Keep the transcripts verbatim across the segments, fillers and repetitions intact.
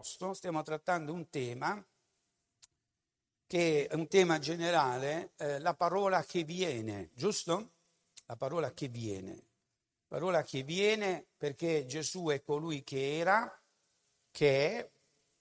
posto, stiamo trattando un tema che è un tema generale, eh, la parola che viene, giusto? La parola che viene. Parola che viene perché Gesù è colui che era, che è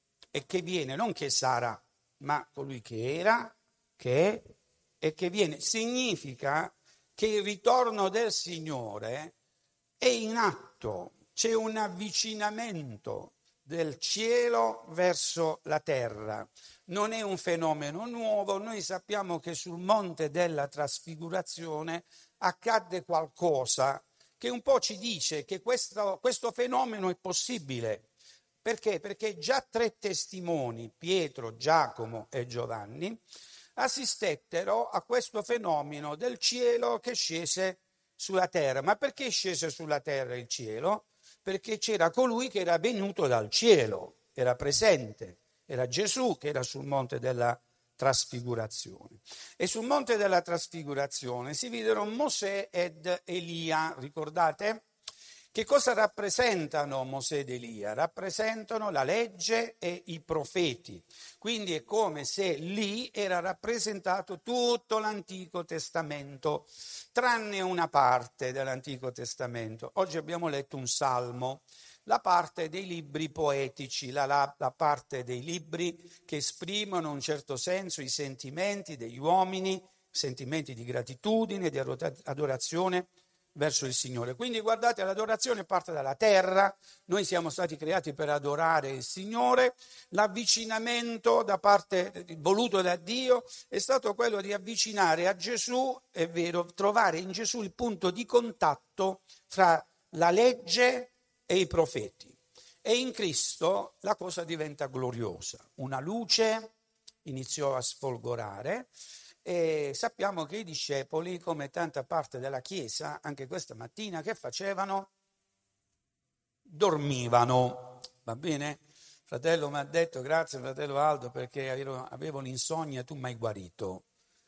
e che viene, non che sarà, ma colui che era, che è e che viene. Significa che il ritorno del Signore è in atto, c'è un avvicinamento del cielo verso la terra. Non è un fenomeno nuovo, noi sappiamo che sul monte della trasfigurazione accadde qualcosa che un po' ci dice che questo, questo fenomeno è possibile. Perché? Perché già tre testimoni, Pietro, Giacomo e Giovanni, assistettero a questo fenomeno del cielo che scese sulla terra. Ma perché scese sulla terra il cielo? Perché c'era colui che era venuto dal cielo, era presente, era Gesù che era sul monte della trasfigurazione. E sul monte della trasfigurazione si videro Mosè ed Elia, ricordate? Che cosa rappresentano Mosè ed Elia? Rappresentano la legge e i profeti. Quindi è come se lì era rappresentato tutto l'Antico Testamento, tranne una parte dell'Antico Testamento. Oggi abbiamo letto un salmo, la parte dei libri poetici, la, la, la parte dei libri che esprimono in un certo senso i sentimenti degli uomini, sentimenti di gratitudine, di adorazione verso il Signore. Quindi guardate, l'adorazione parte dalla terra, noi siamo stati creati per adorare il Signore, l'avvicinamento da parte voluto da Dio è stato quello di avvicinare a Gesù, è vero, trovare in Gesù il punto di contatto fra la legge e i profeti. E in Cristo la cosa diventa gloriosa, una luce iniziò a sfolgorare. E sappiamo che i discepoli, come tanta parte della Chiesa, anche questa mattina, che facevano? Dormivano, va bene? Fratello mi ha detto, grazie fratello Aldo, perché avevo, avevo l'insonnia, tu mi hai guarito,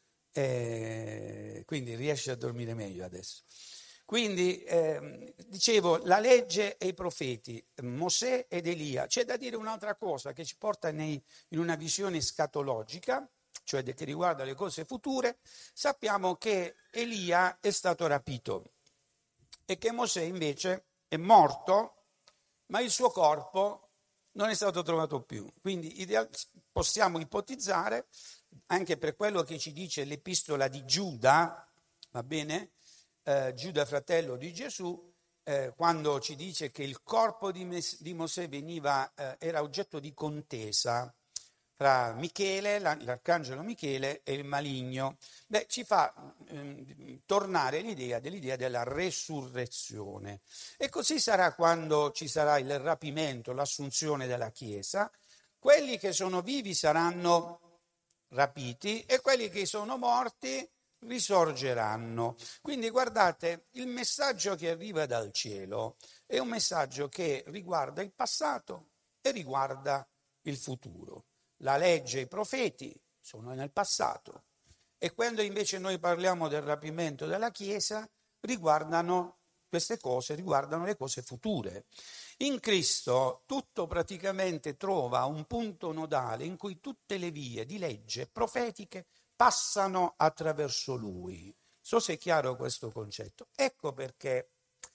e quindi riesci a dormire meglio adesso. Quindi, eh, dicevo, la legge e i profeti, Mosè ed Elia. C'è da dire un'altra cosa che ci porta nei, in una visione scatologica, cioè che riguarda le cose future. Sappiamo che Elia è stato rapito e che Mosè invece è morto, ma il suo corpo non è stato trovato più. Quindi ideal- possiamo ipotizzare, anche per quello che ci dice l'epistola di Giuda, va bene? Eh, Giuda fratello di Gesù, eh, quando ci dice che il corpo di, Mes- di Mosè veniva, eh, era oggetto di contesa fra Michele, l'arcangelo Michele e il maligno. Beh, ci fa eh, tornare l'idea dell'idea della resurrezione. E così sarà quando ci sarà il rapimento, l'assunzione della Chiesa. Quelli che sono vivi saranno rapiti e quelli che sono morti risorgeranno. Quindi guardate, il messaggio che arriva dal cielo è un messaggio che riguarda il passato e riguarda il futuro. La legge e i profeti sono nel passato e quando invece noi parliamo del rapimento della Chiesa riguardano queste cose, riguardano le cose future. In Cristo tutto praticamente trova un punto nodale in cui tutte le vie di legge profetiche passano attraverso Lui. So se è chiaro questo concetto. Ecco perché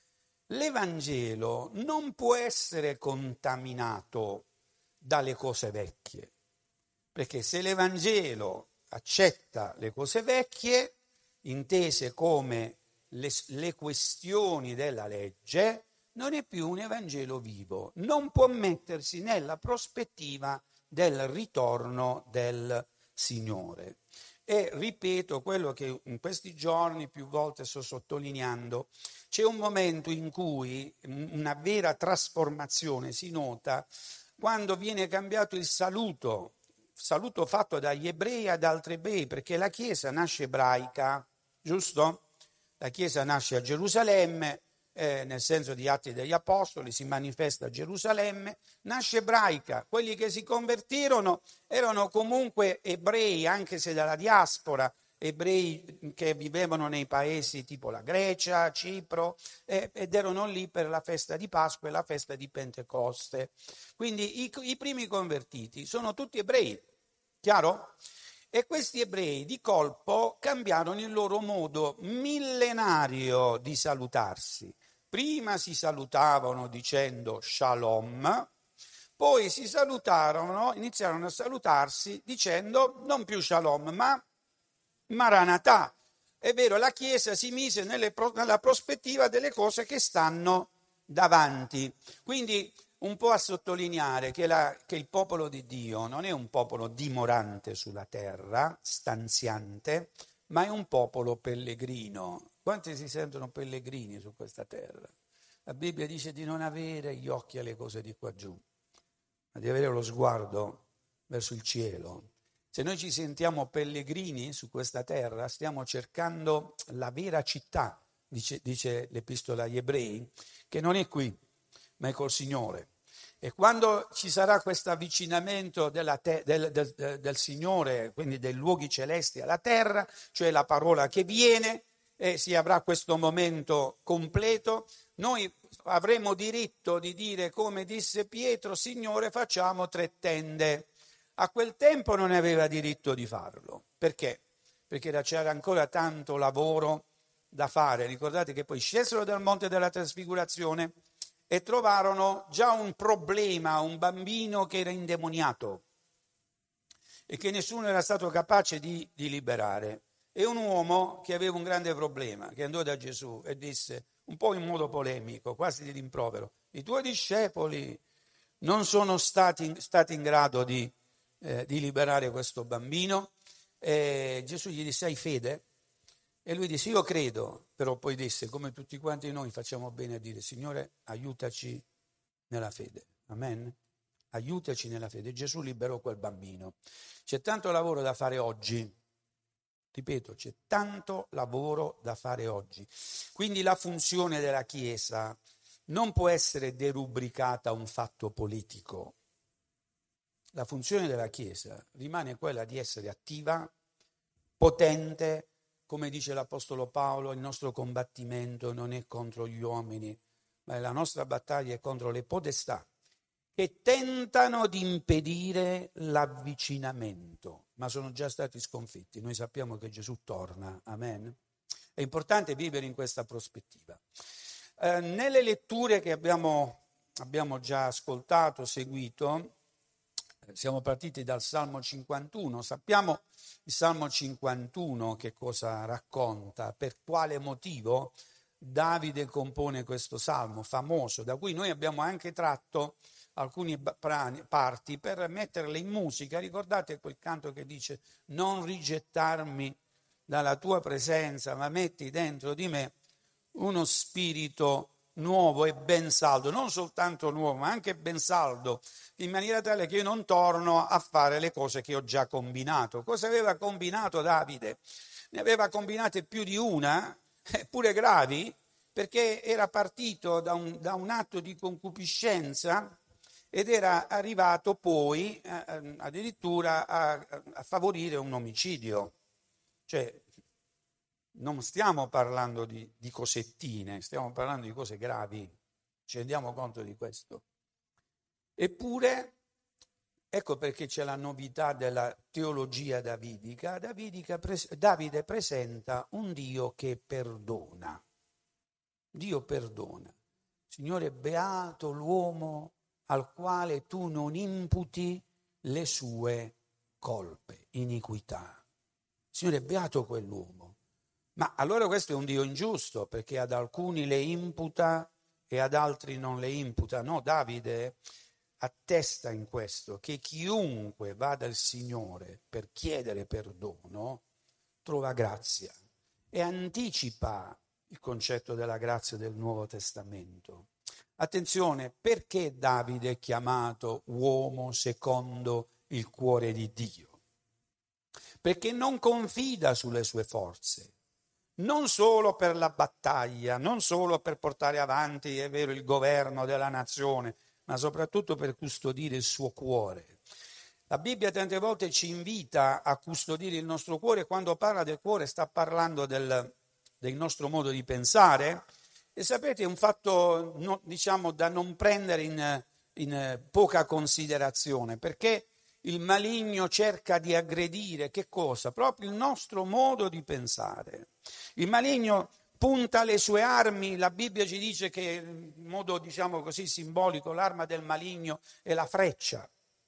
l'Evangelo non può essere contaminato dalle cose vecchie. Perché se l'Evangelo accetta le cose vecchie, intese come le, le questioni della legge, non è più un Evangelo vivo, non può mettersi nella prospettiva del ritorno del Signore. E ripeto quello che in questi giorni più volte sto sottolineando, c'è un momento in cui una vera trasformazione si nota quando viene cambiato il saluto, saluto fatto dagli ebrei ad altri ebrei, perché la Chiesa nasce ebraica, giusto? La Chiesa nasce a Gerusalemme, eh, nel senso di Atti degli Apostoli, si manifesta a Gerusalemme, nasce ebraica. Quelli che si convertirono erano comunque ebrei, anche se dalla diaspora, ebrei che vivevano nei paesi tipo la Grecia, Cipro, eh, ed erano lì per la festa di Pasqua e la festa di Pentecoste. Quindi i, i primi convertiti sono tutti ebrei, chiaro? E questi ebrei di colpo cambiarono il loro modo millenario di salutarsi. Prima si salutavano dicendo Shalom, poi si salutarono, iniziarono a salutarsi dicendo non più Shalom, ma Maranatha. È vero, la Chiesa si mise nelle, nella prospettiva delle cose che stanno davanti. Quindi un po' a sottolineare che, la, che il popolo di Dio non è un popolo dimorante sulla terra, stanziante, ma è un popolo pellegrino. Quanti si sentono pellegrini su questa terra? La Bibbia dice di non avere gli occhi alle cose di qua giù, ma di avere lo sguardo verso il cielo. Se noi ci sentiamo pellegrini su questa terra, stiamo cercando la vera città, dice, dice l'Epistola agli Ebrei, che non è qui, ma è col Signore. E quando ci sarà questo avvicinamento della te, del, del, del Signore, quindi dei luoghi celesti alla terra, cioè la parola che viene, e si avrà questo momento completo, noi avremo diritto di dire, come disse Pietro, Signore, facciamo tre tende. A quel tempo non aveva diritto di farlo. Perché? Perché c'era ancora tanto lavoro da fare. Ricordate che poi scesero dal Monte della Trasfigurazione e trovarono già un problema, un bambino che era indemoniato e che nessuno era stato capace di, di liberare. E un uomo che aveva un grande problema, che andò da Gesù e disse, un po' in modo polemico, quasi di rimprovero, i tuoi discepoli non sono stati, stati in grado di, eh, di liberare questo bambino. E Gesù gli disse, hai fede? E lui disse, io credo, però poi disse, come tutti quanti noi facciamo bene a dire, Signore, aiutaci nella fede. Amen? Aiutaci nella fede. Gesù liberò quel bambino. C'è tanto lavoro da fare oggi. Ripeto, c'è tanto lavoro da fare oggi. Quindi la funzione della Chiesa non può essere derubricata a un fatto politico. La funzione della Chiesa rimane quella di essere attiva, potente. Come dice l'Apostolo Paolo, il nostro combattimento non è contro gli uomini, ma la nostra battaglia è contro le potestà che tentano di impedire l'avvicinamento, ma sono già stati sconfitti. Noi sappiamo che Gesù torna, amen? È importante vivere in questa prospettiva. Eh, nelle letture che abbiamo, abbiamo già ascoltato, seguito, siamo partiti dal Salmo cinquantuno, sappiamo il Salmo cinquantuno che cosa racconta, per quale motivo Davide compone questo salmo famoso, da cui noi abbiamo anche tratto alcune parti per metterle in musica. Ricordate quel canto che dice non rigettarmi dalla tua presenza, ma metti dentro di me uno spirito nuovo e ben saldo, non soltanto nuovo ma anche ben saldo, in maniera tale che io non torno a fare le cose che ho già combinato. Cosa aveva combinato Davide? Ne aveva combinate più di una, eppure gravi, perché era partito da un, da un atto di concupiscenza ed era arrivato poi eh, addirittura a, a favorire un omicidio. Cioè, non stiamo parlando di, di cosettine, stiamo parlando di cose gravi, ci rendiamo conto di questo. Eppure, ecco perché c'è la novità della teologia davidica. Davidica Davide presenta un Dio che perdona. Dio perdona. Signore, beato l'uomo al quale tu non imputi le sue colpe, iniquità. Signore, beato quell'uomo. Ma allora questo è un Dio ingiusto, perché ad alcuni le imputa e ad altri non le imputa. No, Davide attesta in questo che chiunque va dal Signore per chiedere perdono trova grazia e anticipa il concetto della grazia del Nuovo Testamento. Attenzione, perché Davide è chiamato uomo secondo il cuore di Dio? Perché non confida sulle sue forze. Non solo per la battaglia, non solo per portare avanti, è vero, il governo della nazione, ma soprattutto per custodire il suo cuore. La Bibbia tante volte ci invita a custodire il nostro cuore. Quando parla del cuore sta parlando del, del nostro modo di pensare, e sapete è un fatto no, diciamo da non prendere in, in poca considerazione, perché il maligno cerca di aggredire che cosa? Proprio il nostro modo di pensare. Il maligno punta le sue armi, la Bibbia ci dice che in modo diciamo così simbolico l'arma del maligno è la freccia.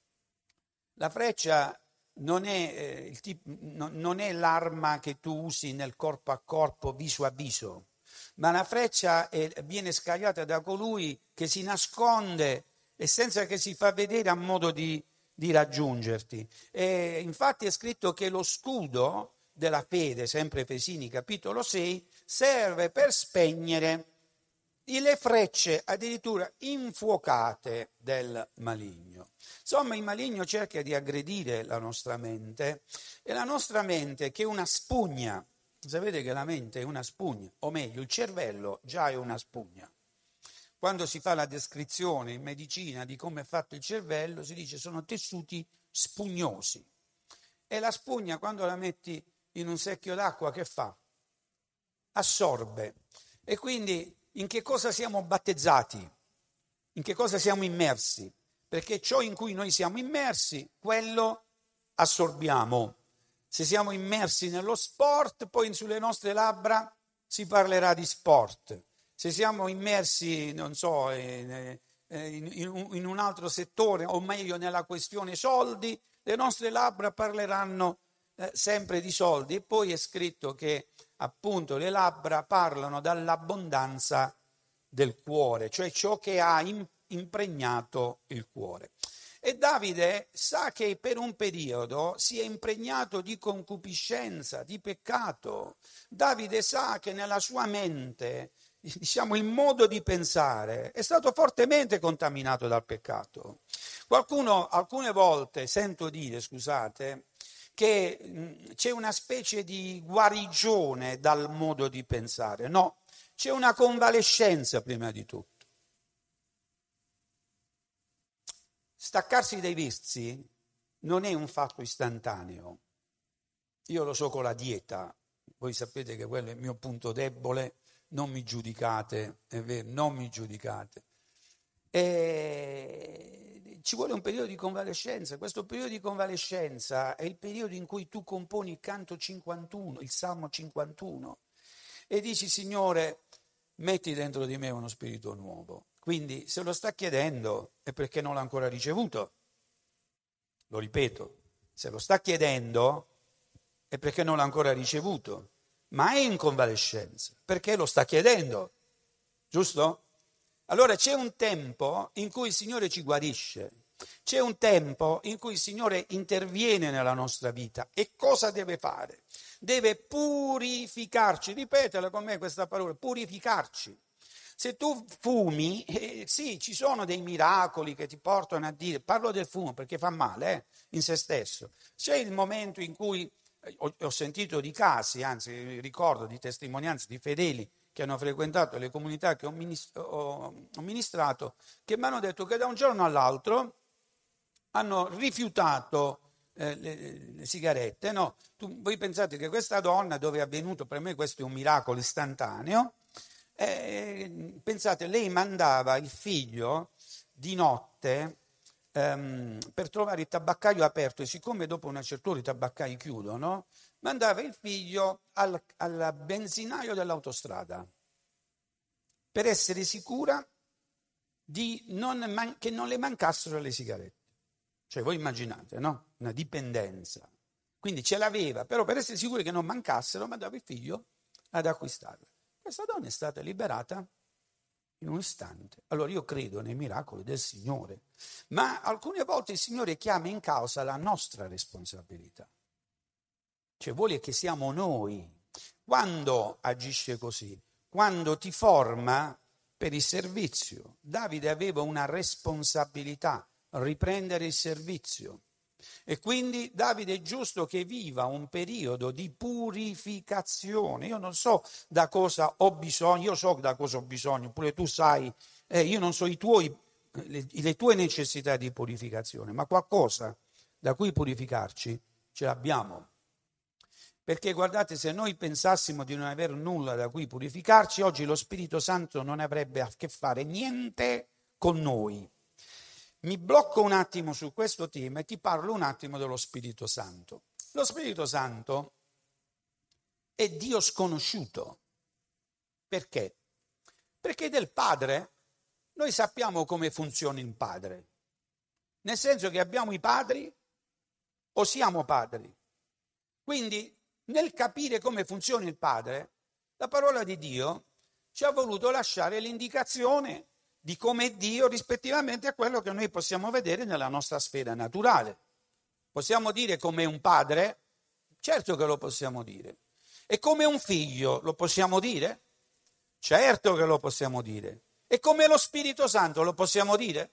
La freccia non è, eh, il tipo, no, non è l'arma che tu usi nel corpo a corpo, viso a viso, ma la freccia è, viene scagliata da colui che si nasconde e senza che si fa vedere a modo di, di raggiungerti. E infatti è scritto che lo scudo della fede, sempre Efesini capitolo sei, serve per spegnere le frecce addirittura infuocate del maligno. Insomma, il maligno cerca di aggredire la nostra mente, e la nostra mente, che è una spugna, sapete che la mente è una spugna, o meglio il cervello già è una spugna. Quando si fa la descrizione in medicina di come è fatto il cervello si dice sono tessuti spugnosi, e la spugna quando la metti in un secchio d'acqua che fa? Assorbe. E quindi in che cosa siamo battezzati? In che cosa siamo immersi? Perché ciò in cui noi siamo immersi, quello assorbiamo. Se siamo immersi nello sport, poi sulle nostre labbra si parlerà di sport. Se siamo immersi, non so, in, in, in un altro settore, o meglio nella questione soldi, le nostre labbra parleranno eh, sempre di soldi. E poi è scritto che appunto le labbra parlano dall'abbondanza del cuore, cioè ciò che ha impregnato il cuore. E Davide sa che per un periodo si è impregnato di concupiscenza, di peccato. Davide sa che nella sua mente, diciamo, il modo di pensare è stato fortemente contaminato dal peccato. Qualcuno, alcune volte sento dire, scusate, che c'è una specie di guarigione dal modo di pensare. No, c'è una convalescenza prima di tutto. Staccarsi dai vizi non è un fatto istantaneo. Io lo so con la dieta, voi sapete che quello è il mio punto debole, non mi giudicate, è vero, non mi giudicate. E ci vuole un periodo di convalescenza. Questo periodo di convalescenza è il periodo in cui tu componi il canto cinquantuno, il Salmo cinquantuno, e dici: Signore, metti dentro di me uno spirito nuovo. Quindi se lo sta chiedendo è perché non l'ha ancora ricevuto. Lo ripeto, se lo sta chiedendo è perché non l'ha ancora ricevuto, ma è in convalescenza, perché lo sta chiedendo, giusto? Allora c'è un tempo in cui il Signore ci guarisce, c'è un tempo in cui il Signore interviene nella nostra vita. E cosa deve fare? Deve purificarci, ripetela con me questa parola, purificarci. Se tu fumi, eh, sì, ci sono dei miracoli che ti portano a dire, parlo del fumo perché fa male eh, in se stesso. C'è il momento in cui, eh, ho, ho sentito di casi, anzi ricordo di testimonianze di fedeli che hanno frequentato le comunità che ho, ministro, ho, ho ministrato, che mi hanno detto che da un giorno all'altro hanno rifiutato eh, le, le sigarette. No? Tu, voi pensate che questa donna, dove è avvenuto, per me questo è un miracolo istantaneo, Eh, pensate, lei mandava il figlio di notte ehm, per trovare il tabaccaio aperto, e siccome dopo una certa ora i tabaccai chiudono, mandava il figlio al, al benzinaio dell'autostrada per essere sicura di non man- che non le mancassero le sigarette. Cioè voi immaginate, no? Una dipendenza. Quindi ce l'aveva, però per essere sicuri che non mancassero mandava il figlio ad acquistarle. Questa donna è stata liberata in un istante. Allora io credo nei miracoli del Signore, ma alcune volte il Signore chiama in causa la nostra responsabilità. Cioè vuole che siamo noi. Quando agisce così? Quando ti forma per il servizio. Davide aveva una responsabilità, riprendere il servizio. E quindi Davide è giusto che viva un periodo di purificazione. Io non so da cosa ho bisogno, io so da cosa ho bisogno, pure tu sai, eh, io non so i tuoi, le, le tue necessità di purificazione, ma qualcosa da cui purificarci ce l'abbiamo. Perché guardate, se noi pensassimo di non aver nulla da cui purificarci, oggi lo Spirito Santo non avrebbe a che fare niente con noi. Mi blocco un attimo su questo tema e ti parlo un attimo dello Spirito Santo. Lo Spirito Santo è Dio sconosciuto. Perché? Perché del Padre noi sappiamo come funziona il Padre. Nel senso che abbiamo i padri o siamo padri. Quindi nel capire come funziona il Padre, la parola di Dio ci ha voluto lasciare l'indicazione di come è Dio rispettivamente a quello che noi possiamo vedere nella nostra sfera naturale. Possiamo dire come un padre? Certo che lo possiamo dire. E come un figlio lo possiamo dire? Certo che lo possiamo dire. E come lo Spirito Santo lo possiamo dire?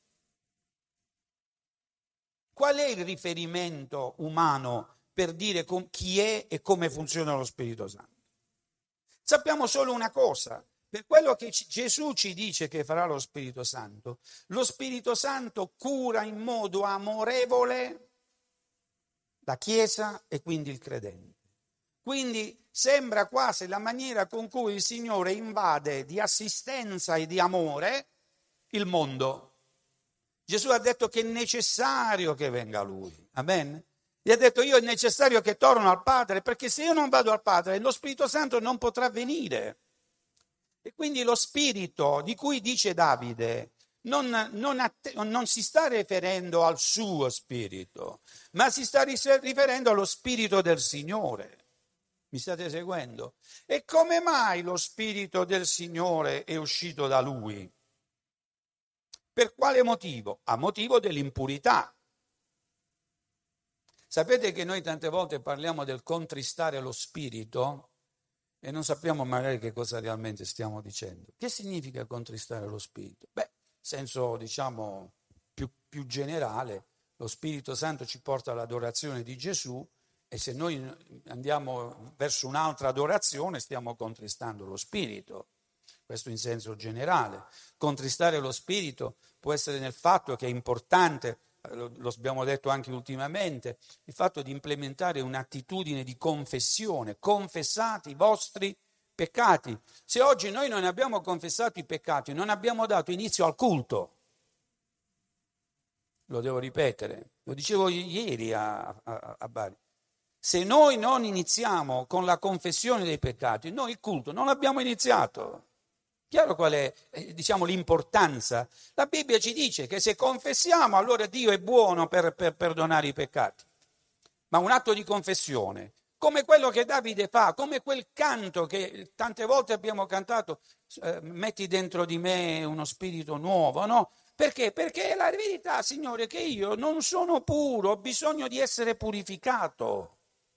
Qual è il riferimento umano per dire chi è e come funziona lo Spirito Santo? Sappiamo solo una cosa, per quello che Gesù ci dice che farà lo Spirito Santo, lo Spirito Santo cura in modo amorevole la Chiesa e quindi il credente. Quindi sembra quasi la maniera con cui il Signore invade di assistenza e di amore il mondo. Gesù ha detto che è necessario che venga Lui, amen? Gli ha detto io è necessario che torno al Padre, perché se io non vado al Padre lo Spirito Santo non potrà venire. E quindi lo Spirito di cui dice Davide non, non, att- non si sta riferendo al suo Spirito, ma si sta riferendo allo Spirito del Signore. Mi state seguendo? E come mai lo Spirito del Signore è uscito da Lui? Per quale motivo? A motivo dell'impurità. Sapete che noi tante volte parliamo del contristare lo spirito e non sappiamo magari che cosa realmente stiamo dicendo. Che significa contristare lo spirito? Beh, in senso diciamo più, più generale, lo Spirito Santo ci porta all'adorazione di Gesù e se noi andiamo verso un'altra adorazione stiamo contristando lo spirito. Questo in senso generale. Contristare lo spirito può essere nel fatto che è importante, lo, lo abbiamo detto anche ultimamente, il fatto di implementare un'attitudine di confessione. Confessate i vostri peccati. Se oggi noi non abbiamo confessato i peccati, non abbiamo dato inizio al culto. Lo devo ripetere, lo dicevo ieri a, a, a Bari. Se noi non iniziamo con la confessione dei peccati, noi il culto non l'abbiamo iniziato. Chiaro qual è, eh, diciamo, l'importanza? La Bibbia ci dice che se confessiamo, allora Dio è buono per, per perdonare i peccati. Ma un atto di confessione, come quello che Davide fa, come quel canto che tante volte abbiamo cantato, eh, metti dentro di me uno spirito nuovo, no? Perché? Perché è la verità, Signore, che io non sono puro, ho bisogno di essere purificato.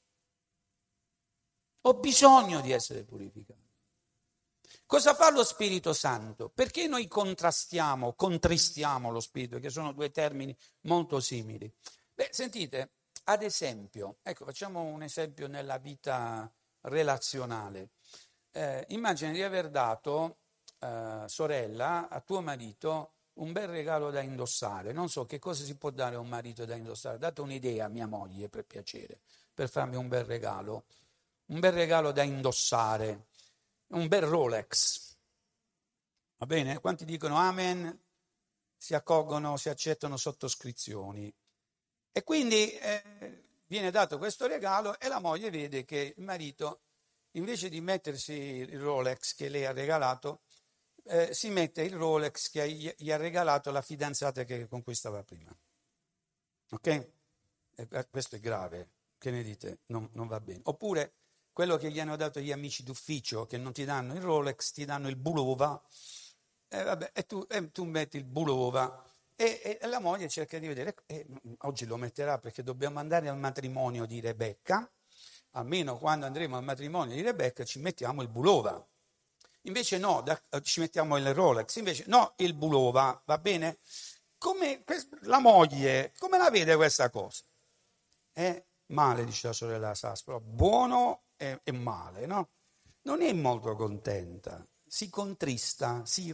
Ho bisogno di essere purificato. Cosa fa lo Spirito Santo? Perché noi contrastiamo, contristiamo lo Spirito, che sono due termini molto simili? Beh, sentite, ad esempio, ecco, facciamo un esempio nella vita relazionale. Eh, immagina di aver dato, eh, sorella, a tuo marito un bel regalo da indossare. Non so che cosa si può dare a un marito da indossare. Date un'idea a mia moglie, per piacere, per farmi un bel regalo. Un bel regalo da indossare. Un bel Rolex, va bene? Quanti dicono amen? Si accolgono, si accettano sottoscrizioni. E quindi eh, viene dato questo regalo e la moglie vede che il marito, invece di mettersi il Rolex che lei ha regalato, eh, si mette il Rolex che gli ha regalato la fidanzata che con cui stava prima. Ok? E questo è grave, che ne dite? Non, non va bene. Oppure quello che gli hanno dato gli amici d'ufficio, che non ti danno il Rolex, ti danno il Bulova, e, vabbè, e, tu, e tu metti il Bulova, e, e la moglie cerca di vedere, e oggi lo metterà perché dobbiamo andare al matrimonio di Rebecca, almeno quando andremo al matrimonio di Rebecca ci mettiamo il Bulova. Invece no, da, ci mettiamo il Rolex, invece no, il Bulova, va bene? Come la moglie, come la vede questa cosa? È male, dice la sorella Saspro, buono e, e male, no? Non è molto contenta, si contrista, si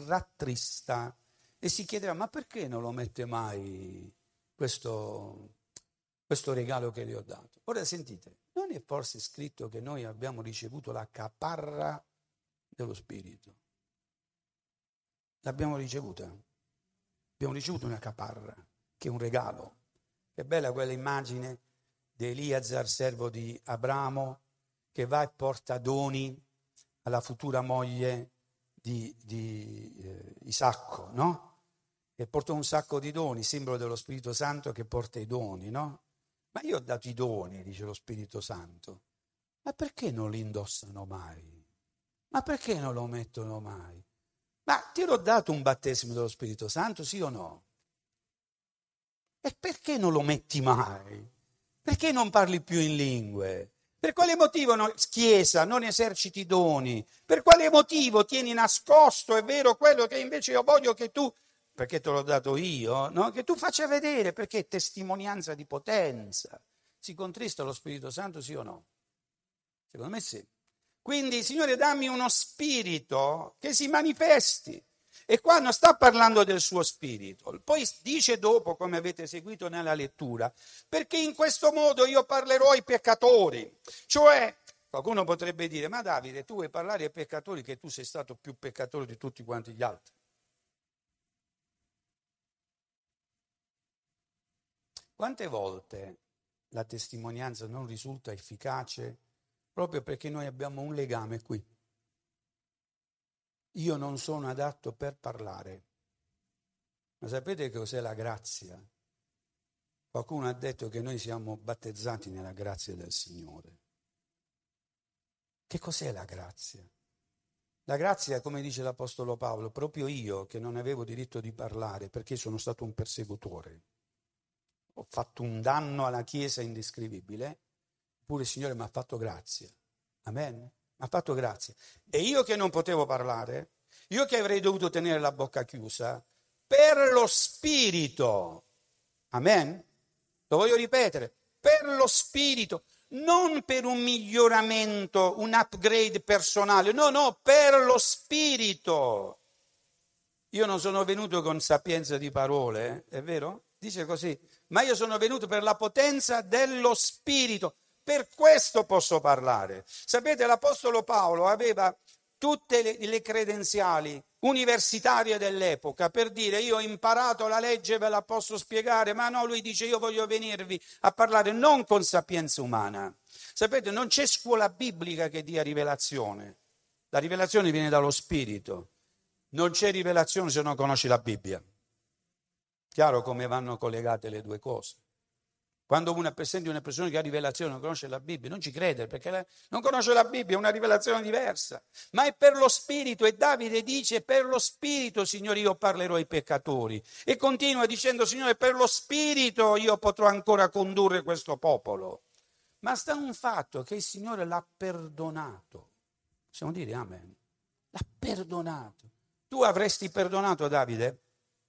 rattrista e si chiederà, ma perché non lo mette mai questo, questo regalo che le ho dato. Ora sentite, non è forse scritto che noi abbiamo ricevuto la caparra dello Spirito? L'abbiamo ricevuta? Abbiamo ricevuto una caparra, che è un regalo. Che bella quella immagine di Eliazar, servo di Abramo, che va e porta doni alla futura moglie di, di eh, Isacco, no? E porta un sacco di doni, simbolo dello Spirito Santo che porta i doni, no? Ma io ho dato i doni, dice lo Spirito Santo, ma perché non li indossano mai? Ma perché non lo mettono mai? Ma ti ho dato un battesimo dello Spirito Santo, sì o no? E perché non lo metti mai? Perché non parli più in lingue? Per quale motivo, no, Chiesa, non eserciti i doni? Per quale motivo tieni nascosto, è vero, quello che invece io voglio che tu, perché te l'ho dato io, no? Che tu faccia vedere, perché è testimonianza di potenza. Si contrista lo Spirito Santo, sì o no? Secondo me sì. Quindi, Signore, dammi uno spirito che si manifesti. E qua non sta parlando del suo spirito. Poi dice dopo, come avete seguito nella lettura, perché in questo modo io parlerò ai peccatori. Cioè, qualcuno potrebbe dire, ma Davide, tu vuoi parlare ai peccatori che tu sei stato più peccatore di tutti quanti gli altri. Quante volte la testimonianza non risulta efficace proprio perché noi abbiamo un legame qui? Io non sono adatto per parlare. Ma sapete cos'è la grazia? Qualcuno ha detto che noi siamo battezzati nella grazia del Signore. Che cos'è la grazia? La grazia, come dice l'Apostolo Paolo, proprio io che non avevo diritto di parlare perché sono stato un persecutore, ho fatto un danno alla Chiesa indescrivibile, eppure il Signore mi ha fatto grazia. Amen? Mi ha fatto grazia. E io che non potevo parlare, io che avrei dovuto tenere la bocca chiusa, per lo Spirito, amen? Lo voglio ripetere, per lo Spirito, non per un miglioramento, un upgrade personale, no, no, per lo Spirito. Io non sono venuto con sapienza di parole, eh? È vero? Dice così, ma io sono venuto per la potenza dello Spirito. Per questo posso parlare. Sapete, l'Apostolo Paolo aveva tutte le, le credenziali universitarie dell'epoca per dire io ho imparato la legge, ve la posso spiegare, ma no, lui dice io voglio venirvi a parlare non con sapienza umana. Sapete, non c'è scuola biblica che dia rivelazione. La rivelazione viene dallo Spirito. Non c'è rivelazione se non conosci la Bibbia. Chiaro come vanno collegate le due cose. Quando uno presenta una persona che ha rivelazione non conosce la Bibbia, non ci crede perché non conosce la Bibbia, è una rivelazione diversa. Ma è per lo Spirito e Davide dice per lo Spirito, Signore, io parlerò ai peccatori. E continua dicendo, Signore, per lo Spirito io potrò ancora condurre questo popolo. Ma sta un fatto che il Signore l'ha perdonato. Possiamo dire amen? L'ha perdonato. Tu avresti perdonato Davide?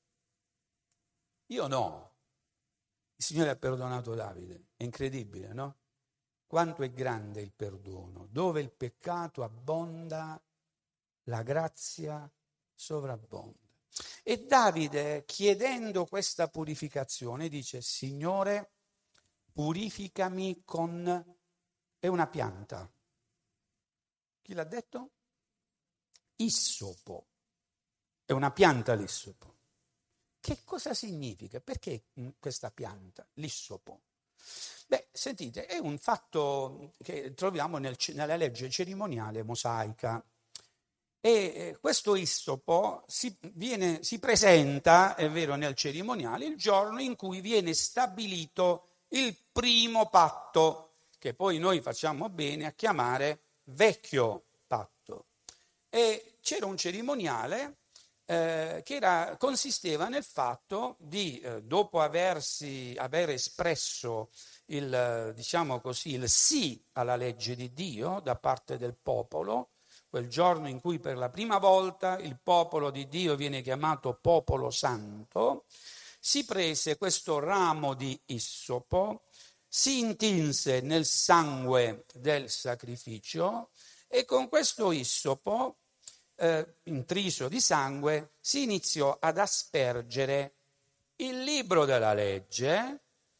Io no. Il Signore ha perdonato Davide, è incredibile, no? Quanto è grande il perdono, dove il peccato abbonda, la grazia sovrabbonda. E Davide, chiedendo questa purificazione, dice, Signore, purificami con... è una pianta. Chi l'ha detto? Issopo. È una pianta l'issopo. Che cosa significa? Perché questa pianta, l'issopo? Beh, sentite, è un fatto che troviamo nel, nella legge cerimoniale mosaica. E questo issopo si, viene, si presenta, è vero, nel cerimoniale il giorno in cui viene stabilito il primo patto, che poi noi facciamo bene a chiamare vecchio patto. E c'era un cerimoniale Eh, che era, consisteva nel fatto di, eh, dopo aversi, aver espresso il, diciamo così, il sì alla legge di Dio da parte del popolo, quel giorno in cui per la prima volta il popolo di Dio viene chiamato popolo santo, si prese questo ramo di issopo, si intinse nel sangue del sacrificio e con questo issopo Eh, intriso di sangue, si iniziò ad aspergere il libro della legge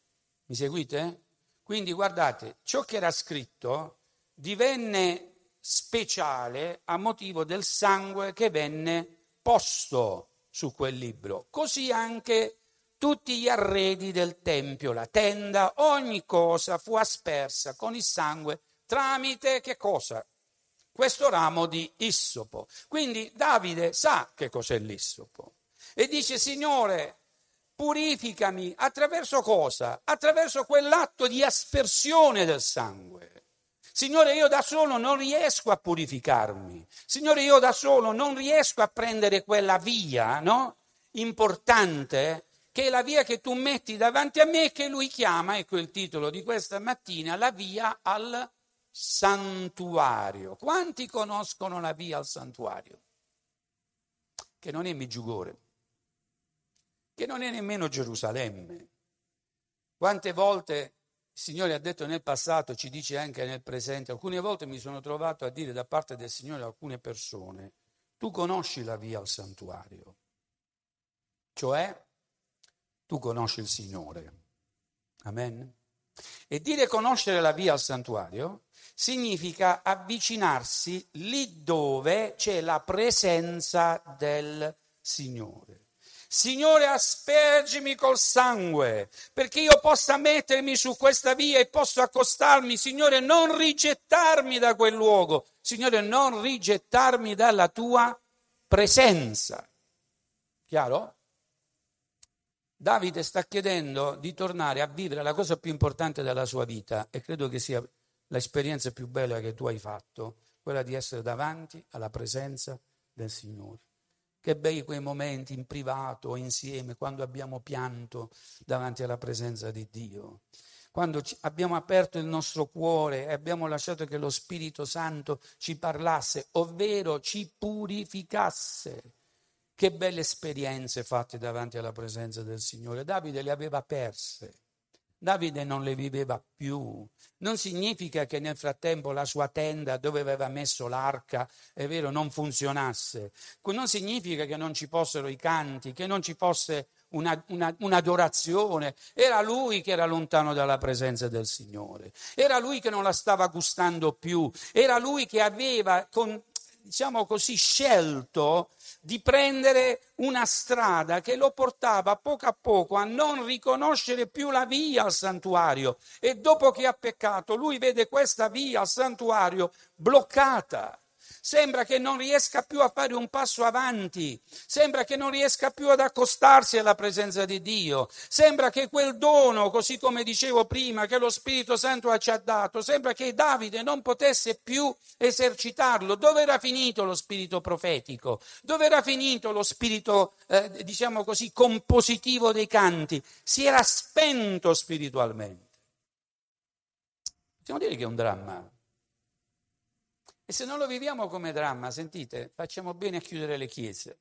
Mi seguite? Quindi guardate, ciò che era scritto divenne speciale a motivo del sangue che venne posto su quel libro. Così anche tutti gli arredi del tempio, la tenda, ogni cosa fu aspersa con il sangue tramite che cosa? Questo ramo di issopo. Quindi Davide sa che cos'è l'issopo e dice: Signore, purificami attraverso cosa? Attraverso quell'atto di aspersione del sangue. Signore, io da solo non riesco a purificarmi. Signore, io da solo non riesco a prendere quella via, no? Importante, che è la via che tu metti davanti a me, che lui chiama, ecco il titolo di questa mattina, la via al santuario. Quanti conoscono la via al santuario? Che non è Meggiugorje, che non è nemmeno Gerusalemme. Quante volte il Signore ha detto nel passato, ci dice anche nel presente, alcune volte mi sono trovato a dire da parte del Signore a alcune persone: tu conosci la via al santuario, cioè tu conosci il Signore. Amen? E dire conoscere la via al santuario significa avvicinarsi lì dove c'è la presenza del Signore. Signore, aspergimi col sangue perché io possa mettermi su questa via e posso accostarmi. Signore, non rigettarmi da quel luogo. Signore, non rigettarmi dalla tua presenza. Chiaro? Davide sta chiedendo di tornare a vivere la cosa più importante della sua vita, e credo che sia l'esperienza più bella che tu hai fatto, quella di essere davanti alla presenza del Signore. Che bei quei momenti in privato, insieme, quando abbiamo pianto davanti alla presenza di Dio, quando abbiamo aperto il nostro cuore e abbiamo lasciato che lo Spirito Santo ci parlasse, ovvero ci purificasse. Che belle esperienze fatte davanti alla presenza del Signore. Davide le aveva perse. Davide non le viveva più. Non significa che nel frattempo la sua tenda dove aveva messo l'arca, è vero, non funzionasse. Non significa che non ci fossero i canti, che non ci fosse una, una, un'adorazione. Era lui che era lontano dalla presenza del Signore. Era lui che non la stava gustando più. Era lui che aveva, con, diciamo così, scelto di prendere una strada che lo portava a poco a poco a non riconoscere più la via al santuario, e dopo che ha peccato lui vede questa via al santuario bloccata. Sembra che non riesca più a fare un passo avanti, sembra che non riesca più ad accostarsi alla presenza di Dio, sembra che quel dono, così come dicevo prima, che lo Spirito Santo ci ha dato, sembra che Davide non potesse più esercitarlo. Dove era finito lo spirito profetico? Dove era finito lo spirito, eh, diciamo così, compositivo dei canti? Si era spento spiritualmente. Possiamo dire che è un dramma. E se non lo viviamo come dramma, sentite, facciamo bene a chiudere le chiese.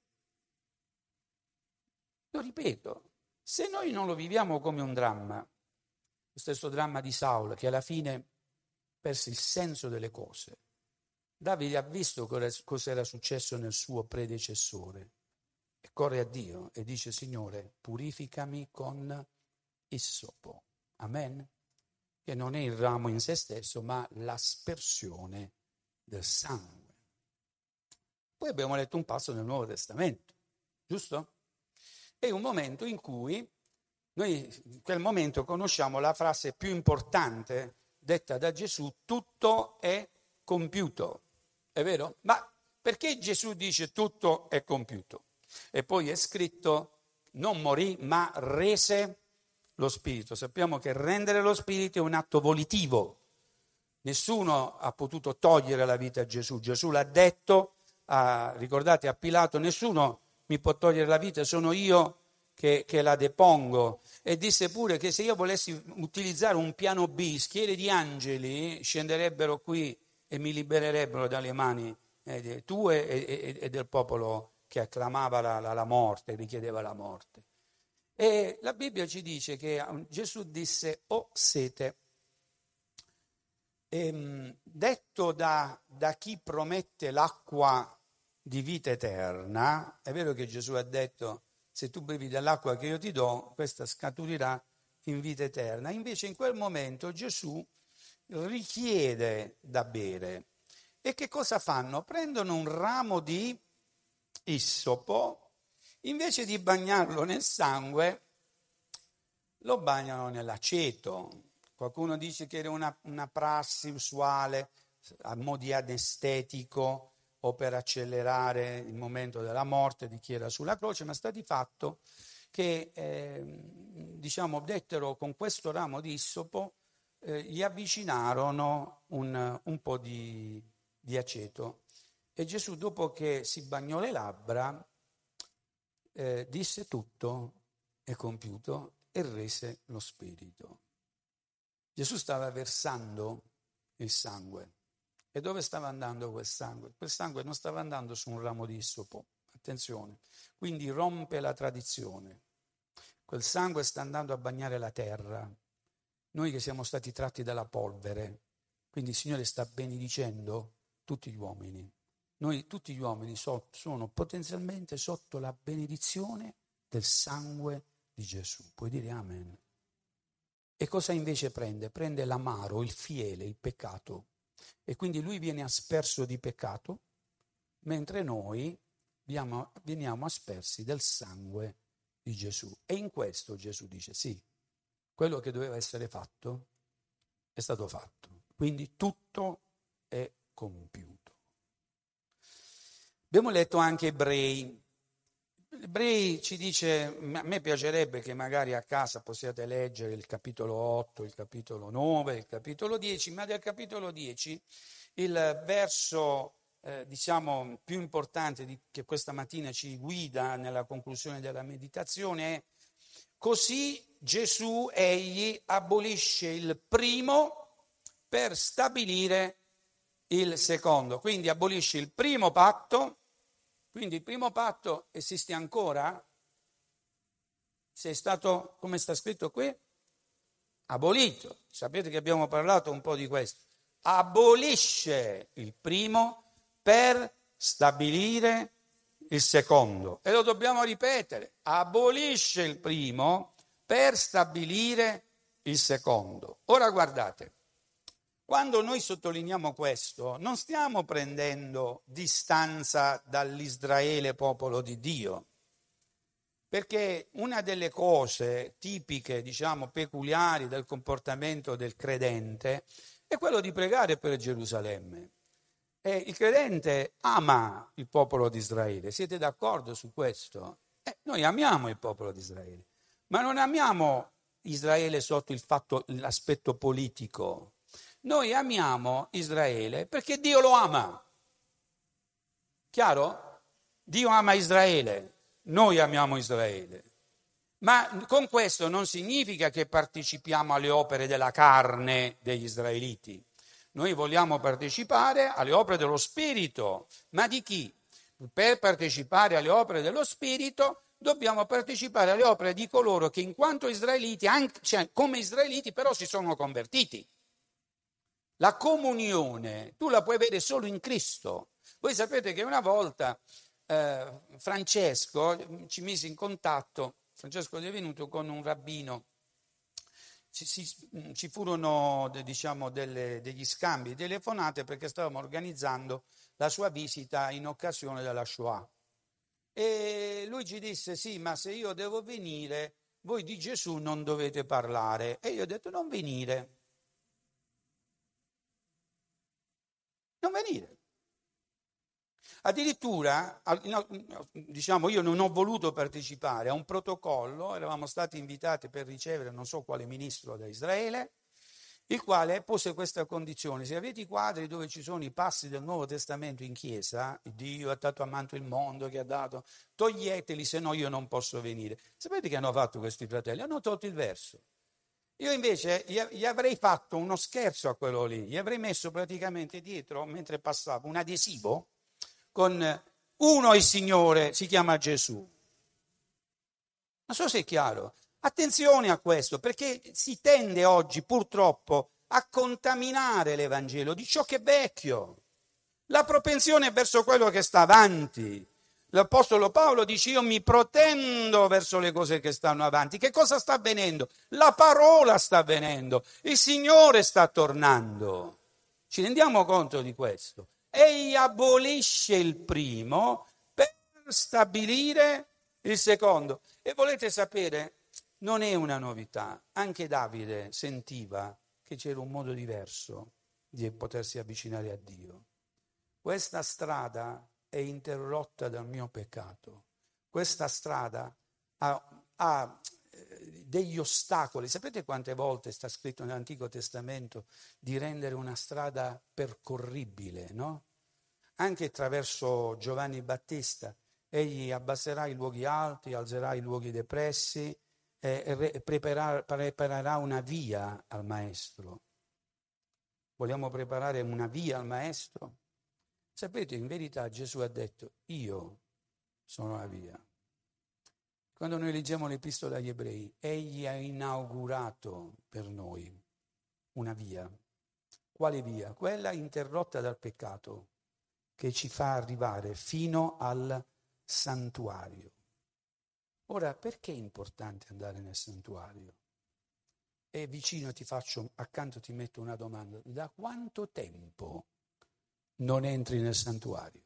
Lo ripeto, se noi non lo viviamo come un dramma, lo stesso dramma di Saul, che alla fine perse il senso delle cose. Davide ha visto cosa era successo nel suo predecessore e corre a Dio e dice: Signore, purificami con issopo. Amen? Che non è il ramo in se stesso, ma l'aspersione del sangue. Poi abbiamo letto un passo nel Nuovo Testamento, giusto? È un momento in cui noi in quel momento conosciamo la frase più importante detta da Gesù: tutto è compiuto. È vero? Ma perché Gesù dice tutto è compiuto? E poi è scritto: non morì, ma rese lo spirito. Sappiamo che rendere lo spirito è un atto volitivo. Nessuno ha potuto togliere la vita a Gesù. Gesù l'ha detto, a, ricordate, a Pilato: nessuno mi può togliere la vita, sono io che, che la depongo. E disse pure che se io volessi utilizzare un piano B, schiere di angeli scenderebbero qui e mi libererebbero dalle mani eh, tue e, e, e del popolo che acclamava la, la, la morte, richiedeva la morte. E la Bibbia ci dice che Gesù disse: ho sete. E, detto da, da chi promette l'acqua di vita eterna, è vero che Gesù ha detto: se tu bevi dell'acqua che io ti do, questa scaturirà in vita eterna. Invece in quel momento Gesù richiede da bere. E che cosa fanno? Prendono un ramo di issopo, invece di bagnarlo nel sangue, lo bagnano nell'aceto. Qualcuno dice che era una, una prassi usuale a mo' di anestetico o per accelerare il momento della morte di chi era sulla croce, ma sta di fatto che eh, diciamo dettero con questo ramo di issopo, eh, gli avvicinarono un, un po' di, di aceto, e Gesù, dopo che si bagnò le labbra, eh, disse: tutto è compiuto, e rese lo spirito. Gesù stava versando il sangue. E dove stava andando quel sangue? Quel sangue non stava andando su un ramo di issopo, attenzione, quindi rompe la tradizione. Quel sangue sta andando a bagnare la terra, noi che siamo stati tratti dalla polvere, quindi il Signore sta benedicendo tutti gli uomini. Noi, tutti gli uomini, so, sono potenzialmente sotto la benedizione del sangue di Gesù. Puoi dire amen? E cosa invece prende? Prende l'amaro, il fiele, il peccato. E quindi lui viene asperso di peccato, mentre noi veniamo, veniamo aspersi del sangue di Gesù. E in questo Gesù dice: sì, quello che doveva essere fatto è stato fatto. Quindi tutto è compiuto. Abbiamo letto anche Ebrei. Ebrei ci dice, a me piacerebbe che magari a casa possiate leggere il capitolo otto, il capitolo nove, il capitolo dieci, ma del capitolo dieci il verso eh, diciamo più importante di, che questa mattina ci guida nella conclusione della meditazione è: così Gesù, egli abolisce il primo per stabilire il secondo. Quindi abolisce il primo patto. Quindi il primo patto esiste ancora? Se è stato, come sta scritto qui, abolito. Sapete che abbiamo parlato un po' di questo. Abolisce il primo per stabilire il secondo. E lo dobbiamo ripetere. Abolisce il primo per stabilire il secondo. Ora guardate. Quando noi sottolineiamo questo, non stiamo prendendo distanza dall'Israele popolo di Dio, perché una delle cose tipiche, diciamo, peculiari del comportamento del credente è quello di pregare per Gerusalemme. E il credente ama il popolo di Israele, siete d'accordo su questo? Eh, noi amiamo il popolo di Israele, ma non amiamo Israele sotto il fatto, l'aspetto politico. Noi amiamo Israele perché Dio lo ama. Chiaro? Dio ama Israele, noi amiamo Israele. Ma con questo non significa che partecipiamo alle opere della carne degli israeliti. Noi vogliamo partecipare alle opere dello Spirito. Ma di chi? Per partecipare alle opere dello Spirito dobbiamo partecipare alle opere di coloro che in quanto israeliti, anche, cioè come israeliti, però si sono convertiti. La comunione tu la puoi avere solo in Cristo. Voi sapete che una volta eh, Francesco ci mise in contatto, Francesco è venuto con un rabbino, ci, ci, ci furono diciamo, delle, degli scambi telefonate perché stavamo organizzando la sua visita in occasione della Shoah. E lui ci disse: sì, ma se io devo venire, voi di Gesù non dovete parlare. E io ho detto: non venire. Non venire. Addirittura, diciamo, io non ho voluto partecipare a un protocollo, eravamo stati invitati per ricevere non so quale ministro da Israele, il quale pose questa condizione: se avete i quadri dove ci sono i passi del Nuovo Testamento in chiesa, Dio ha tanto amato il mondo che ha dato, toglieteli, se no io non posso venire. Sapete che hanno fatto questi fratelli? Hanno tolto il verso. Io invece gli avrei fatto uno scherzo a quello lì, gli avrei messo praticamente dietro, mentre passavo, un adesivo con uno il Signore, si chiama Gesù. Non so se è chiaro. Attenzione a questo, perché si tende oggi purtroppo a contaminare l'Evangelo di ciò che è vecchio. La propensione è verso quello che sta avanti. L'Apostolo Paolo dice: io mi protendo verso le cose che stanno avanti. Che cosa sta avvenendo? La parola sta avvenendo, il Signore sta tornando. Ci rendiamo conto di questo? Egli abolisce il primo per stabilire il secondo. E volete sapere, non è una novità. Anche Davide sentiva che c'era un modo diverso di potersi avvicinare a Dio. Questa strada è interrotta dal mio peccato. Questa strada ha, ha degli ostacoli. Sapete quante volte sta scritto nell'Antico Testamento di rendere una strada percorribile, no? Anche attraverso Giovanni Battista. Egli abbasserà i luoghi alti, alzerà i luoghi depressi e, e preparerà, preparerà una via al Maestro. Vogliamo preparare una via al Maestro? Sapete, in verità Gesù ha detto: io sono la via. Quando noi leggiamo l'Epistola agli Ebrei, egli ha inaugurato per noi una via. Quale via? Quella interrotta dal peccato, che ci fa arrivare fino al santuario. Ora, perché è importante andare nel santuario? E vicino ti faccio, accanto ti metto una domanda: da quanto tempo non entri nel santuario?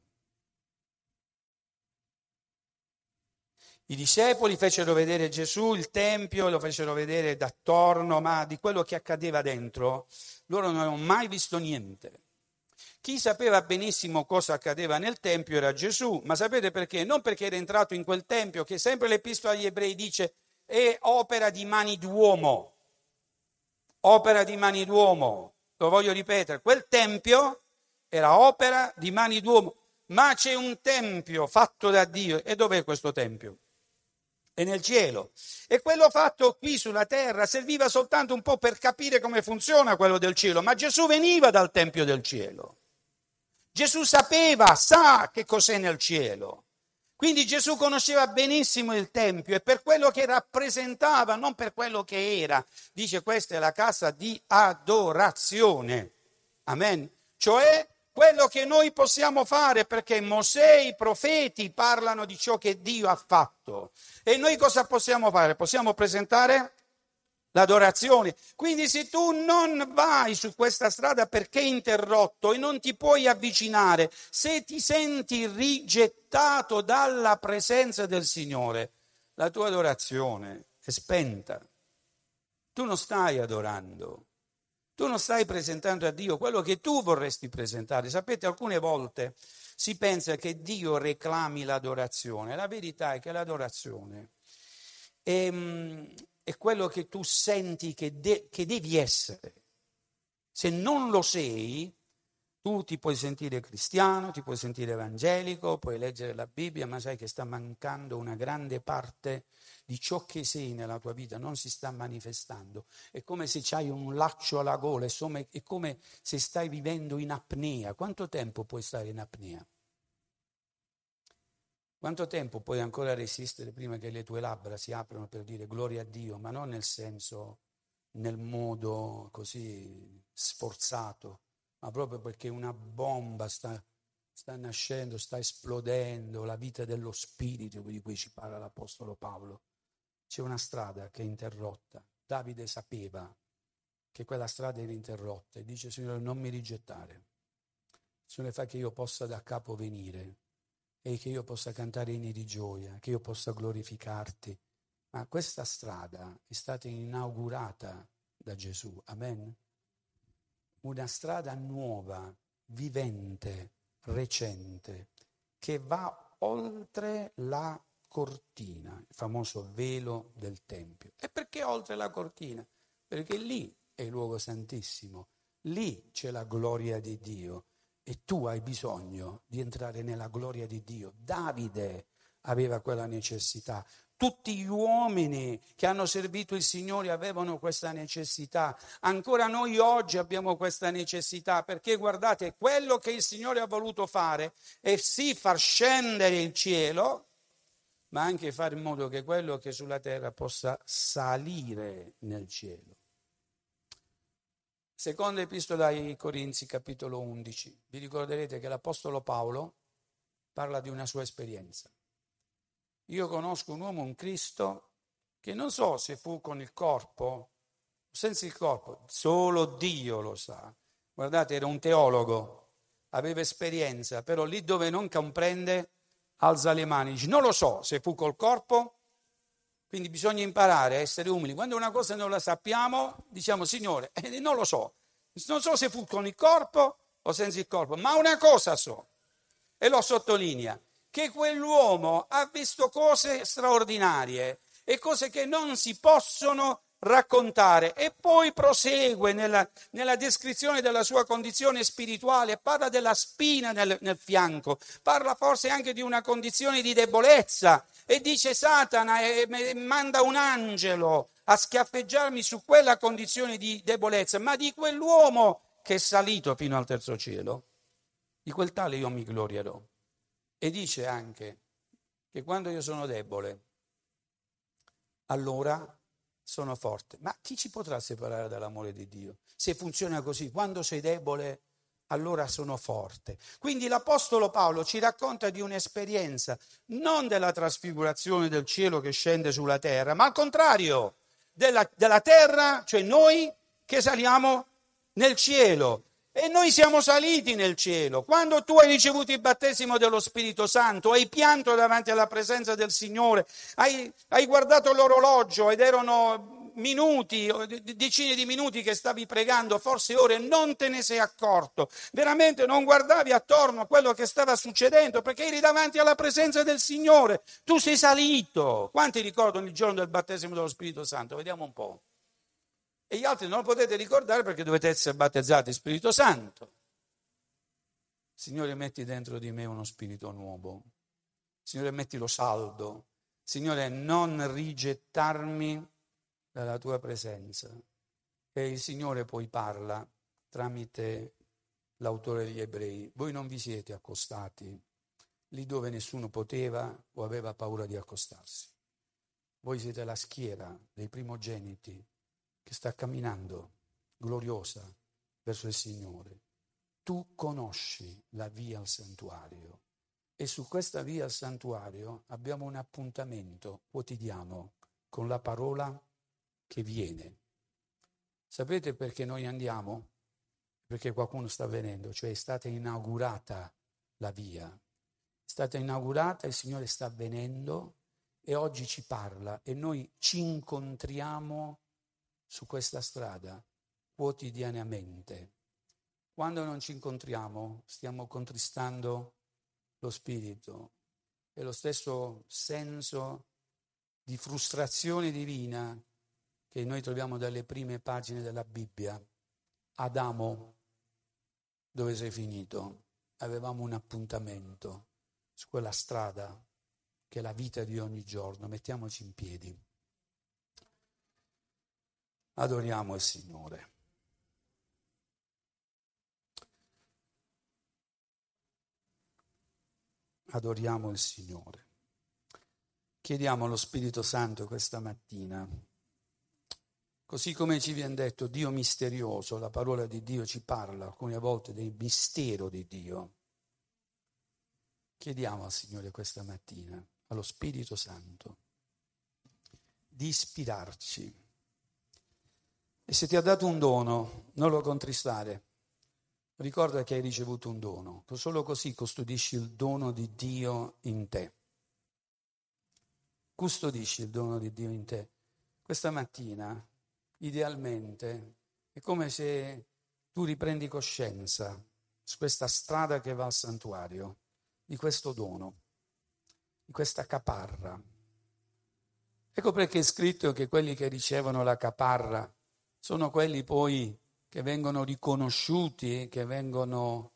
I discepoli fecero vedere Gesù, il Tempio, lo fecero vedere d'attorno, ma di quello che accadeva dentro loro non avevano mai visto niente. Chi sapeva benissimo cosa accadeva nel Tempio era Gesù, ma sapete perché? Non perché era entrato in quel Tempio, che sempre l'Epistola agli Ebrei dice è opera di mani d'uomo, opera di mani d'uomo, lo voglio ripetere, quel Tempio era opera di mani d'uomo, ma c'è un Tempio fatto da Dio. E dov'è questo Tempio? È nel cielo. E quello fatto qui sulla terra serviva soltanto un po' per capire come funziona quello del cielo, ma Gesù veniva dal Tempio del cielo. Gesù sapeva, sa che cos'è nel cielo. Quindi Gesù conosceva benissimo il Tempio e per quello che rappresentava, non per quello che era. Dice: questa è la casa di adorazione. Amen. Cioè quello che noi possiamo fare, perché Mosè e i profeti parlano di ciò che Dio ha fatto. E noi cosa possiamo fare? Possiamo presentare l'adorazione. Quindi se tu non vai su questa strada perché è interrotto e non ti puoi avvicinare, se ti senti rigettato dalla presenza del Signore, la tua adorazione è spenta. Tu non stai adorando. Tu non stai presentando a Dio quello che tu vorresti presentare. Sapete, alcune volte si pensa che Dio reclami l'adorazione. La verità è che l'adorazione è, è quello che tu senti che, de, che devi essere. Se non lo sei, tu ti puoi sentire cristiano, ti puoi sentire evangelico, puoi leggere la Bibbia, ma sai che sta mancando una grande parte di ciò che sei nella tua vita, non si sta manifestando. È come se c'hai un laccio alla gola, è come se stai vivendo in apnea. Quanto tempo puoi stare in apnea? Quanto tempo puoi ancora resistere prima che le tue labbra si aprano per dire gloria a Dio, ma non nel senso, nel modo così sforzato, ma proprio perché una bomba sta, sta nascendo, sta esplodendo, la vita dello spirito di cui ci parla l'Apostolo Paolo. C'è una strada che è interrotta. Davide sapeva che quella strada era interrotta e dice: Signore, non mi rigettare. Signore, fa che io possa da capo venire e che io possa cantare inni di gioia, che io possa glorificarti. Ma questa strada è stata inaugurata da Gesù. Amen. Una strada nuova, vivente, recente, che va oltre la cortina, il famoso velo del Tempio. E perché oltre la cortina? Perché lì è il luogo santissimo, lì c'è la gloria di Dio e tu hai bisogno di entrare nella gloria di Dio. Davide aveva quella necessità. Tutti gli uomini che hanno servito il Signore avevano questa necessità. Ancora noi oggi abbiamo questa necessità, perché guardate, quello che il Signore ha voluto fare è sì far scendere il cielo, ma anche fare in modo che quello che è sulla terra possa salire nel cielo. Seconda epistola ai Corinzi, capitolo undici. Vi ricorderete che l'Apostolo Paolo parla di una sua esperienza. Io conosco un uomo, un Cristo, che non so se fu con il corpo o senza il corpo, solo Dio lo sa. Guardate, era un teologo, aveva esperienza, però lì dove non comprende alza le mani, dice non lo so se fu col corpo, quindi bisogna imparare a essere umili. Quando una cosa non la sappiamo, diciamo Signore, eh, non lo so, non so se fu con il corpo o senza il corpo, ma una cosa so, e lo sottolinea, che quell'uomo ha visto cose straordinarie e cose che non si possono raccontare, e poi prosegue nella, nella descrizione della sua condizione spirituale, parla della spina nel, nel fianco, parla forse anche di una condizione di debolezza e dice Satana e, e manda un angelo a schiaffeggiarmi su quella condizione di debolezza, ma di quell'uomo che è salito fino al terzo cielo, di quel tale io mi glorierò. E dice anche che quando io sono debole, allora sono forte. Ma chi ci potrà separare dall'amore di Dio? Se funziona così, quando sei debole, allora sono forte. Quindi l'Apostolo Paolo ci racconta di un'esperienza non della trasfigurazione del cielo che scende sulla terra, ma al contrario, della, della terra, cioè noi che saliamo nel cielo. E noi siamo saliti nel cielo. Quando tu hai ricevuto il battesimo dello Spirito Santo, hai pianto davanti alla presenza del Signore, hai, hai guardato l'orologio ed erano minuti, decine di minuti che stavi pregando, forse ore, non te ne sei accorto. Veramente non guardavi attorno a quello che stava succedendo perché eri davanti alla presenza del Signore. Tu sei salito. Quanti ricordano il giorno del battesimo dello Spirito Santo? Vediamo un po'. E gli altri non lo potete ricordare perché dovete essere battezzati Spirito Santo. Signore, metti dentro di me uno spirito nuovo. Signore, mettilo saldo. Signore, non rigettarmi dalla tua presenza. E il Signore poi parla tramite l'autore degli Ebrei. Voi non vi siete accostati lì dove nessuno poteva o aveva paura di accostarsi. Voi siete la schiera dei primogeniti che sta camminando gloriosa verso il Signore. Tu conosci la via al santuario e su questa via al santuario abbiamo un appuntamento quotidiano con la parola che viene. Sapete perché noi andiamo? Perché qualcuno sta venendo, cioè è stata inaugurata la via. È stata inaugurata, il Signore sta venendo e oggi ci parla e noi ci incontriamo su questa strada quotidianamente. Quando non ci incontriamo stiamo contristando lo spirito. È lo stesso senso di frustrazione divina che noi troviamo dalle prime pagine della Bibbia. Adamo, dove sei finito? Avevamo un appuntamento su quella strada che è la vita di ogni giorno. Mettiamoci in piedi. Adoriamo il Signore. Adoriamo il Signore. Chiediamo allo Spirito Santo questa mattina, così come ci viene detto, Dio misterioso, la parola di Dio ci parla alcune volte del mistero di Dio. Chiediamo al Signore questa mattina, allo Spirito Santo, di ispirarci. E se ti ha dato un dono, non lo contristare. Ricorda che hai ricevuto un dono. Solo così custodisci il dono di Dio in te. Custodisci il dono di Dio in te. Questa mattina, idealmente, è come se tu riprendi coscienza su questa strada che va al santuario, di questo dono, di questa caparra. Ecco perché è scritto che quelli che ricevono la caparra sono quelli poi che vengono riconosciuti, che vengono,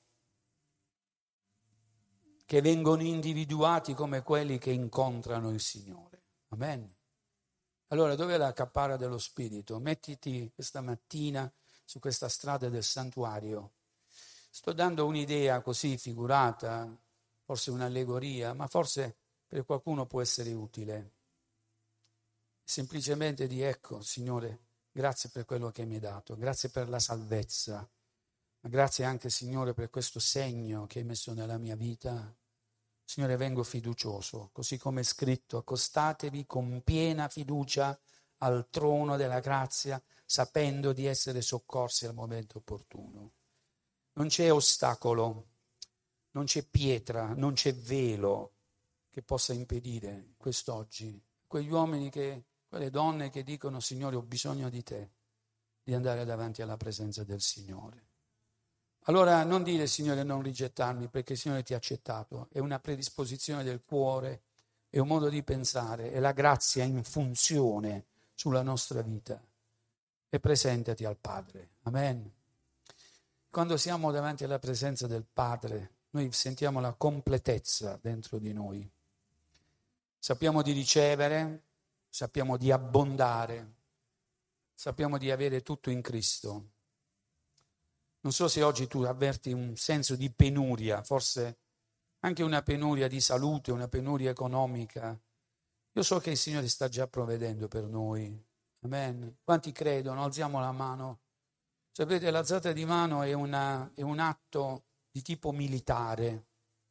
che vengono individuati come quelli che incontrano il Signore. Amen. Allora, dov'è la caparra dello Spirito? Mettiti questa mattina su questa strada del santuario. Sto dando un'idea così figurata, forse un'allegoria, ma forse per qualcuno può essere utile. Semplicemente di ecco, Signore, grazie per quello che mi hai dato, grazie per la salvezza, ma grazie anche, Signore, per questo segno che hai messo nella mia vita, Signore, vengo fiducioso, così come è scritto, accostatevi con piena fiducia al trono della grazia, sapendo di essere soccorsi al momento opportuno. Non c'è ostacolo, non c'è pietra, non c'è velo che possa impedire quest'oggi. Quegli uomini, che, quelle donne che dicono, Signore, ho bisogno di te, di andare davanti alla presenza del Signore. Allora non dire, Signore, non rigettarmi, perché il Signore ti ha accettato. È una predisposizione del cuore, è un modo di pensare, è la grazia in funzione sulla nostra vita. E presentati al Padre. Amen. Quando siamo davanti alla presenza del Padre, noi sentiamo la completezza dentro di noi. Sappiamo di ricevere, sappiamo di abbondare, sappiamo di avere tutto in Cristo. Non so se oggi tu avverti un senso di penuria, forse anche una penuria di salute, una penuria economica. Io so che il Signore sta già provvedendo per noi. Amen. Quanti credono? Alziamo la mano. Sapete, l'alzata di mano è, una, è un atto di tipo militare.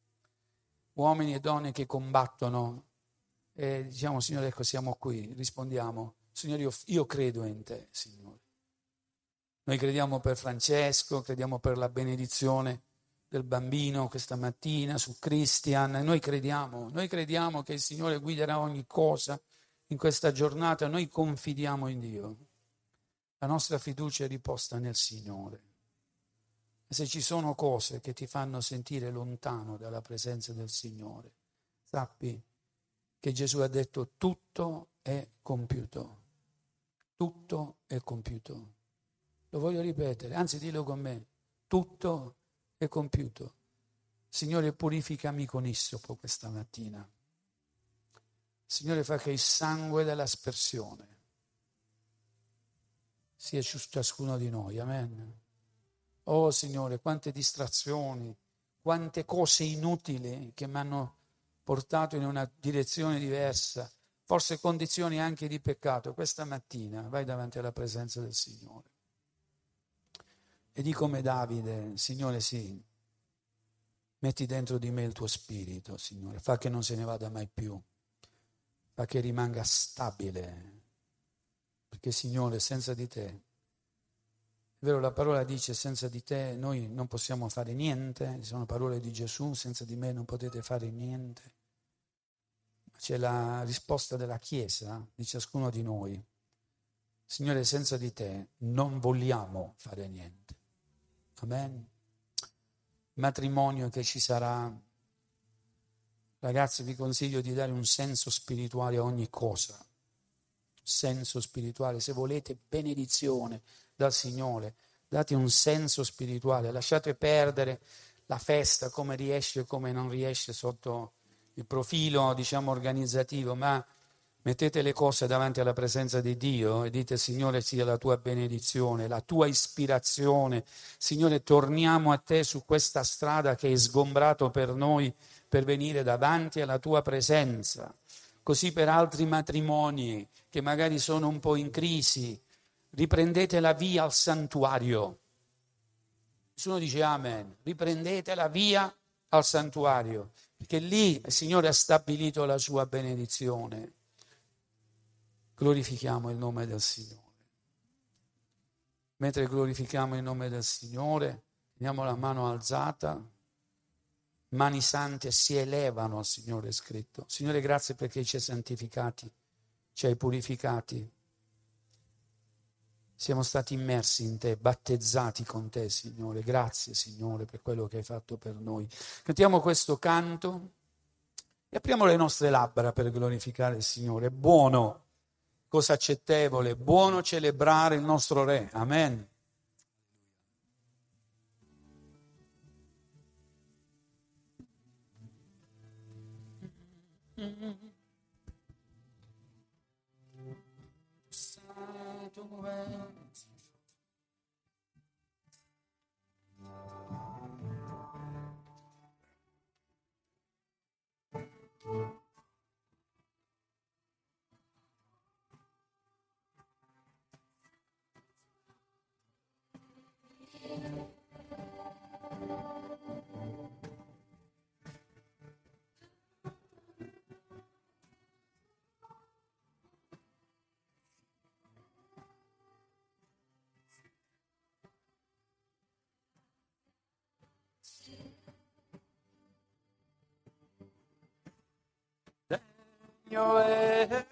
Uomini e donne che combattono e diciamo, Signore, ecco, siamo qui. Rispondiamo, Signore, io, io credo in te, Signore. Noi crediamo per Francesco, crediamo per la benedizione del bambino questa mattina su Christian. Noi crediamo, noi crediamo che il Signore guiderà ogni cosa in questa giornata. Noi confidiamo in Dio. La nostra fiducia è riposta nel Signore. E se ci sono cose che ti fanno sentire lontano dalla presenza del Signore, sappi che Gesù ha detto tutto è compiuto. Tutto è compiuto. Lo voglio ripetere, anzi dillo con me, tutto è compiuto. Signore, purificami con issopo questa mattina. Signore, fa che il sangue dell'aspersione sia su ciascuno di noi, amen. Oh Signore, quante distrazioni, quante cose inutili che mi hanno portato in una direzione diversa, forse condizioni anche di peccato. Questa mattina vai davanti alla presenza del Signore. E di come Davide, Signore, sì, metti dentro di me il tuo spirito, Signore, fa che non se ne vada mai più, fa che rimanga stabile, perché Signore, senza di te, è vero, la parola dice, senza di te noi non possiamo fare niente, sono parole di Gesù, senza di me non potete fare niente, ma c'è la risposta della Chiesa, di ciascuno di noi, Signore, senza di te non vogliamo fare niente. Amen. Matrimonio che ci sarà. Ragazzi, vi consiglio di dare un senso spirituale a ogni cosa. Senso spirituale. Se volete benedizione dal Signore, date un senso spirituale. Lasciate perdere la festa come riesce e come non riesce sotto il profilo, diciamo, organizzativo, ma mettete le cose davanti alla presenza di Dio e dite, Signore, sia la tua benedizione, la tua ispirazione. Signore, torniamo a te su questa strada che hai sgombrato per noi per venire davanti alla tua presenza. Così per altri matrimoni che magari sono un po' in crisi, riprendete la via al santuario. Nessuno dice amen. Riprendete la via al santuario, perché lì il Signore ha stabilito la sua benedizione. Glorifichiamo il nome del Signore. Mentre glorifichiamo il nome del Signore, teniamo la mano alzata, mani sante si elevano al Signore, è scritto. Signore, grazie perché ci hai santificati, ci hai purificati. Siamo stati immersi in te, battezzati con te, Signore. Grazie, Signore, per quello che hai fatto per noi. Cantiamo questo canto e apriamo le nostre labbra per glorificare il Signore. È buono, cosa accettevole, buono celebrare il nostro Re. Amen. Santo è. mio è